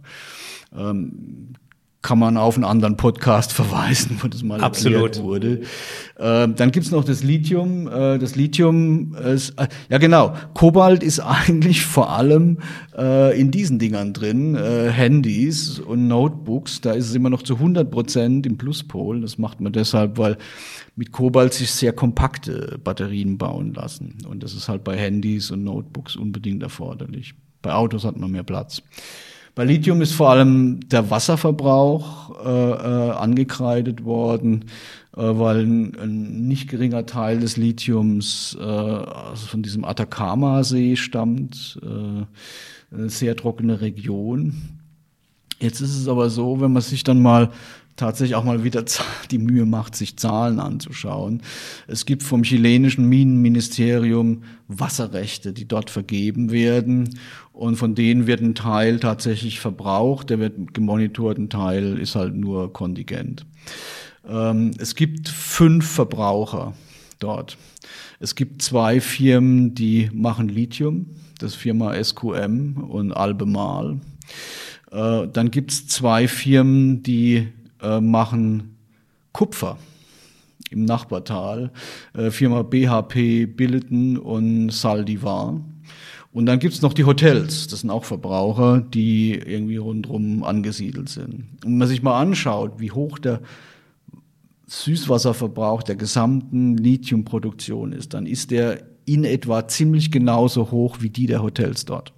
Kann man auf einen anderen Podcast verweisen, wo das mal erklärt wurde. Dann gibt's noch das Lithium. Das Lithium ist, ja genau, Kobalt ist eigentlich vor allem in diesen Dingern drin, Handys und Notebooks. Da ist es immer noch zu 100% im Pluspol. Das macht man deshalb, weil mit Kobalt sich sehr kompakte Batterien bauen lassen. Und das ist halt bei Handys und Notebooks unbedingt erforderlich. Bei Autos hat man mehr Platz. Bei Lithium ist vor allem der Wasserverbrauch angekreidet worden, weil ein nicht geringer Teil des Lithiums also von diesem Atacama-See stammt, eine sehr trockene Region. Jetzt ist es aber so, wenn man sich dann mal tatsächlich auch mal wieder die Mühe macht, sich Zahlen anzuschauen. Es gibt vom chilenischen Minenministerium Wasserrechte, die dort vergeben werden, und von denen wird ein Teil tatsächlich verbraucht, der wird gemonitort, ein Teil ist halt nur kontingent. Es gibt 5 Verbraucher dort. Es gibt 2 Firmen, die machen Lithium, das Firma SQM und Albemarle. Dann gibt's 2 Firmen, die machen Kupfer im Nachbartal, Firma BHP Billiton und Saldivar. Und dann gibt's noch die Hotels, das sind auch Verbraucher, die irgendwie rundherum angesiedelt sind. Und wenn man sich mal anschaut, wie hoch der Süßwasserverbrauch der gesamten Lithiumproduktion ist, dann ist der in etwa ziemlich genauso hoch wie die der Hotels dort.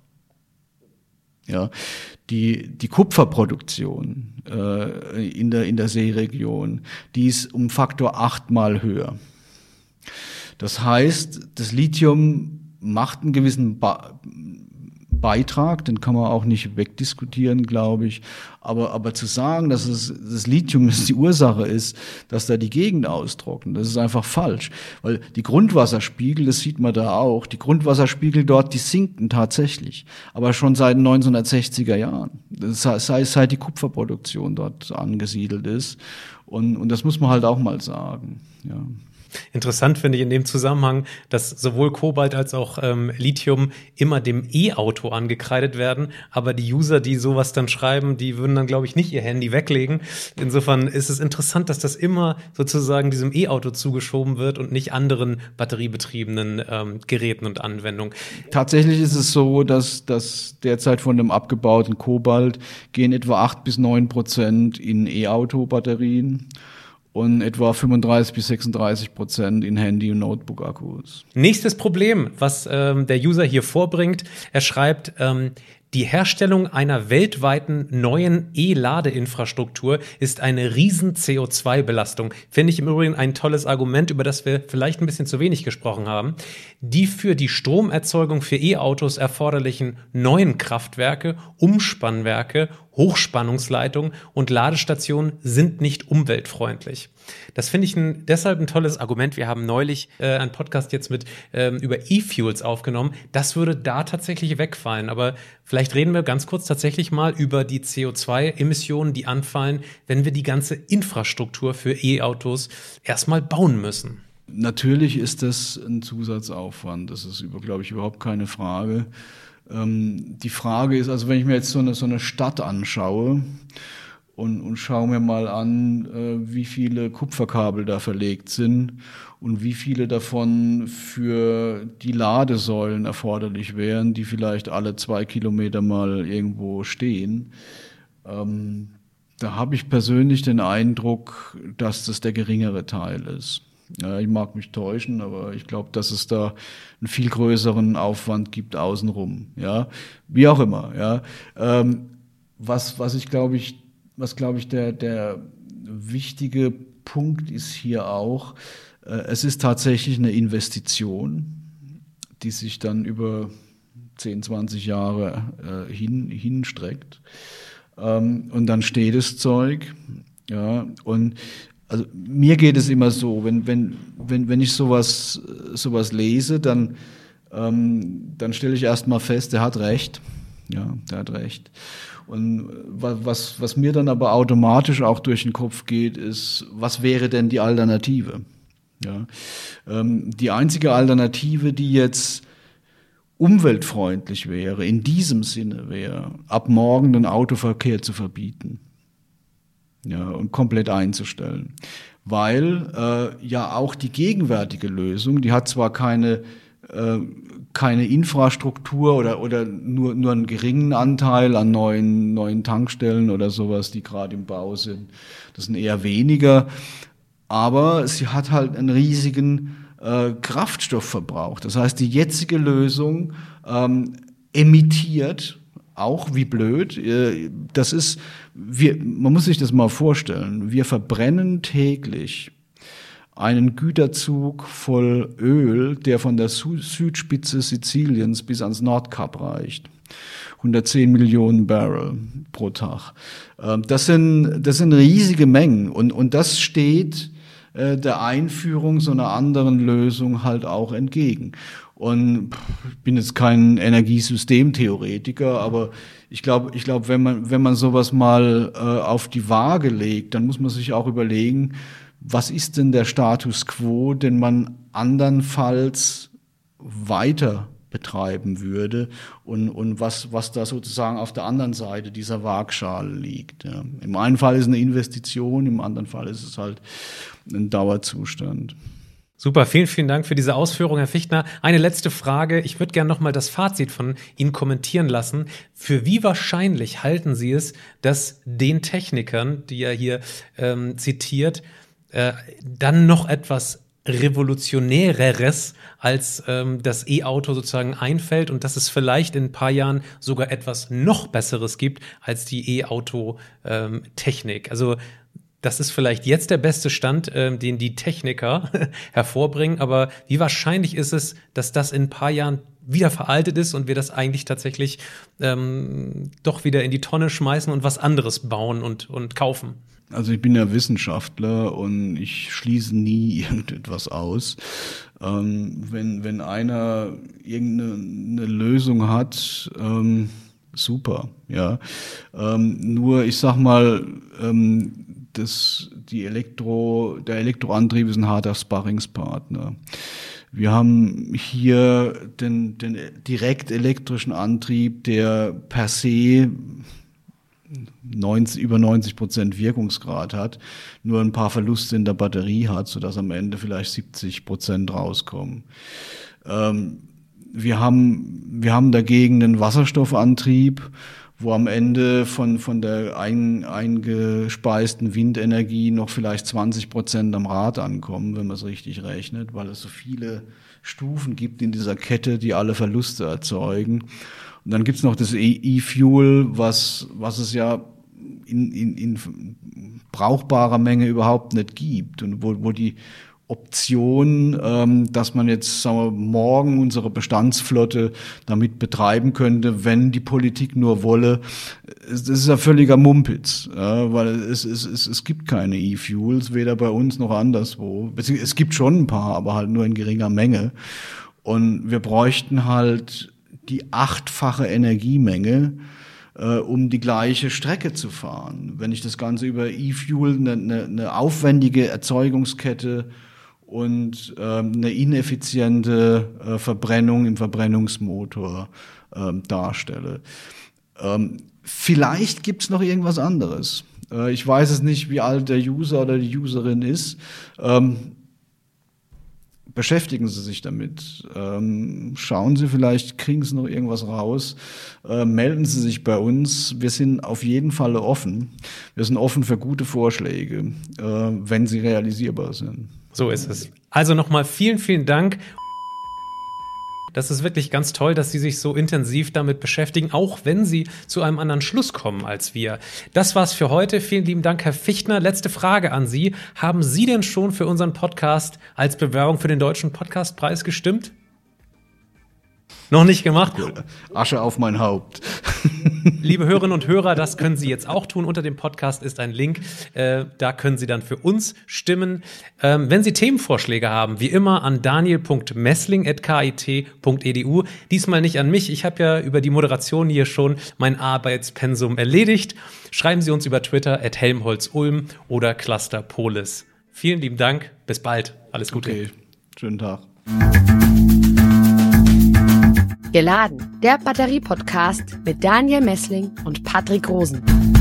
Ja, die Kupferproduktion in der Seeregion, die ist um Faktor 8-mal höher. Das heißt, das Lithium macht einen gewissen Beitrag, den kann man auch nicht wegdiskutieren, glaube ich. Aber zu sagen, dass das Lithium die Ursache ist, dass da die Gegend austrocknet, das ist einfach falsch. Weil die Grundwasserspiegel, das sieht man da auch, die Grundwasserspiegel dort, die sinken tatsächlich. Aber schon seit den 1960er Jahren. Seit die Kupferproduktion dort angesiedelt ist. Und das muss man halt auch mal sagen, ja. Interessant finde ich in dem Zusammenhang, dass sowohl Kobalt als auch Lithium immer dem E-Auto angekreidet werden, aber die User, die sowas dann schreiben, die würden dann, glaube ich, nicht ihr Handy weglegen. Insofern ist es interessant, dass das immer sozusagen diesem E-Auto zugeschoben wird und nicht anderen batteriebetriebenen Geräten und Anwendungen. Tatsächlich ist es so, dass derzeit von dem abgebauten Kobalt gehen etwa 8-9% in E-Auto-Batterien und etwa 35-36% in Handy- und Notebook-Akkus. Nächstes Problem, was der User hier vorbringt, er schreibt, die Herstellung einer weltweiten neuen E-Ladeinfrastruktur ist eine riesen CO2-Belastung. Finde ich im Übrigen ein tolles Argument, über das wir vielleicht ein bisschen zu wenig gesprochen haben. Die für die Stromerzeugung für E-Autos erforderlichen neuen Kraftwerke, Umspannwerke, Hochspannungsleitungen und Ladestationen sind nicht umweltfreundlich. Das finde ich deshalb ein tolles Argument. Wir haben neulich einen Podcast jetzt über E-Fuels aufgenommen. Das würde da tatsächlich wegfallen. Aber vielleicht reden wir ganz kurz tatsächlich mal über die CO2-Emissionen, die anfallen, wenn wir die ganze Infrastruktur für E-Autos erstmal bauen müssen. Natürlich ist das ein Zusatzaufwand. Das ist, glaube ich, überhaupt keine Frage. Die Frage ist, also wenn ich mir jetzt so eine Stadt anschaue und schaue mir mal an, wie viele Kupferkabel da verlegt sind und wie viele davon für die Ladesäulen erforderlich wären, die vielleicht alle 2 Kilometer mal irgendwo stehen, da habe ich persönlich den Eindruck, dass das der geringere Teil ist. Ja, ich mag mich täuschen, aber ich glaube, dass es da einen viel größeren Aufwand gibt außenrum. Ja, wie auch immer. Ja, was glaube ich, der wichtige Punkt ist hier auch, es ist tatsächlich eine Investition, die sich dann über 10, 20 Jahre hinstreckt. Und dann steht das Zeug. Ja, und also mir geht es immer so, wenn ich sowas lese, dann stelle ich erstmal fest, der hat recht. Ja, der hat recht. Und was mir dann aber automatisch auch durch den Kopf geht, ist, was wäre denn die Alternative? Ja, die einzige Alternative, die jetzt umweltfreundlich wäre, in diesem Sinne wäre, ab morgen den Autoverkehr zu verbieten. Ja, und komplett einzustellen. Weil ja auch die gegenwärtige Lösung, die hat zwar keine Infrastruktur oder nur einen geringen Anteil an neuen Tankstellen oder sowas, die gerade im Bau sind. Das sind eher weniger. Aber sie hat halt einen riesigen Kraftstoffverbrauch. Das heißt, die jetzige Lösung emittiert auch, wie blöd, man muss sich das mal vorstellen, wir verbrennen täglich einen Güterzug voll Öl, der von der Südspitze Siziliens bis ans Nordkap reicht. 110 Millionen Barrel pro Tag. Das sind riesige Mengen und das steht der Einführung so einer anderen Lösung halt auch entgegen. Und ich bin jetzt kein Energiesystemtheoretiker, aber ich glaube, wenn man sowas mal auf die Waage legt, dann muss man sich auch überlegen, was ist denn der Status quo, den man andernfalls weiter betreiben würde und was da sozusagen auf der anderen Seite dieser Waagschale liegt. Ja. Im einen Fall ist es eine Investition, im anderen Fall ist es halt ein Dauerzustand. Super, vielen, vielen Dank für diese Ausführung, Herr Fichtner. Eine letzte Frage. Ich würde gerne nochmal das Fazit von Ihnen kommentieren lassen. Für wie wahrscheinlich halten Sie es, dass den Technikern, die er hier zitiert, dann noch etwas Revolutionäreres als das E-Auto sozusagen einfällt und dass es vielleicht in ein paar Jahren sogar etwas noch Besseres gibt als die E-Auto-Technik? Also das ist vielleicht jetzt der beste Stand, den die Techniker hervorbringen. Aber wie wahrscheinlich ist es, dass das in ein paar Jahren wieder veraltet ist und wir das eigentlich tatsächlich doch wieder in die Tonne schmeißen und was anderes bauen und kaufen? Also ich bin ja Wissenschaftler und ich schließe nie irgendetwas aus. Wenn einer irgendeine Lösung hat, super, ja. Nur ich sag mal, der Elektroantrieb ist ein harter Sparringspartner. Wir haben hier den direkt elektrischen Antrieb, der per se über 90% Wirkungsgrad hat, nur ein paar Verluste in der Batterie hat, sodass am Ende vielleicht 70% rauskommen. Wir haben dagegen einen Wasserstoffantrieb, wo am Ende von der eingespeisten Windenergie noch vielleicht 20% am Rad ankommen, wenn man es richtig rechnet, weil es so viele Stufen gibt in dieser Kette, die alle Verluste erzeugen. Und dann gibt's noch das E-Fuel, was es ja in brauchbarer Menge überhaupt nicht gibt und wo die Option, dass man jetzt, sagen wir, morgen unsere Bestandsflotte damit betreiben könnte, wenn die Politik nur wolle. Das ist ja völliger Mumpitz, weil es gibt keine E-Fuels, weder bei uns noch anderswo. Es gibt schon ein paar, aber halt nur in geringer Menge. Und wir bräuchten halt die 8-fache Energiemenge, um die gleiche Strecke zu fahren. Wenn ich das Ganze über E-Fuel, eine aufwendige Erzeugungskette und eine ineffiziente Verbrennung im Verbrennungsmotor darstelle. Vielleicht gibt's noch irgendwas anderes. Ich weiß es nicht, wie alt der User oder die Userin ist. Beschäftigen Sie sich damit. Schauen Sie, vielleicht kriegen Sie noch irgendwas raus. Melden Sie sich bei uns. Wir sind auf jeden Fall offen. Wir sind offen für gute Vorschläge, wenn sie realisierbar sind. So ist es. Also nochmal vielen, vielen Dank. Das ist wirklich ganz toll, dass Sie sich so intensiv damit beschäftigen, auch wenn Sie zu einem anderen Schluss kommen als wir. Das war's für heute. Vielen lieben Dank, Herr Fichtner. Letzte Frage an Sie. Haben Sie denn schon für unseren Podcast als Bewerbung für den Deutschen Podcastpreis gestimmt? Noch nicht gemacht? Cool. Asche auf mein Haupt. Liebe Hörerinnen und Hörer, das können Sie jetzt auch tun. Unter dem Podcast ist ein Link. Da können Sie dann für uns stimmen. Wenn Sie Themenvorschläge haben, wie immer an daniel.messling@kit.edu. Diesmal nicht an mich. Ich habe ja über die Moderation hier schon mein Arbeitspensum erledigt. Schreiben Sie uns über Twitter @helmholtz-ulm oder clusterpolis. Vielen lieben Dank. Bis bald. Alles Gute. Okay. Schönen Tag. Geladen, der Batterie-Podcast mit Daniel Messling und Patrick Rosen.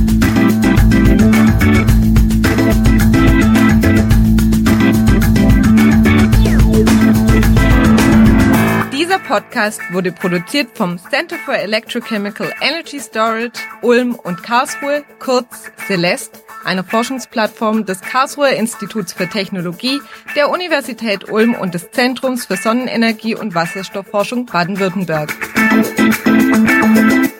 Dieser Podcast wurde produziert vom Center for Electrochemical Energy Storage Ulm und Karlsruhe, kurz CELEST, einer Forschungsplattform des Karlsruher Instituts für Technologie, der Universität Ulm und des Zentrums für Sonnenenergie und Wasserstoffforschung Baden-Württemberg.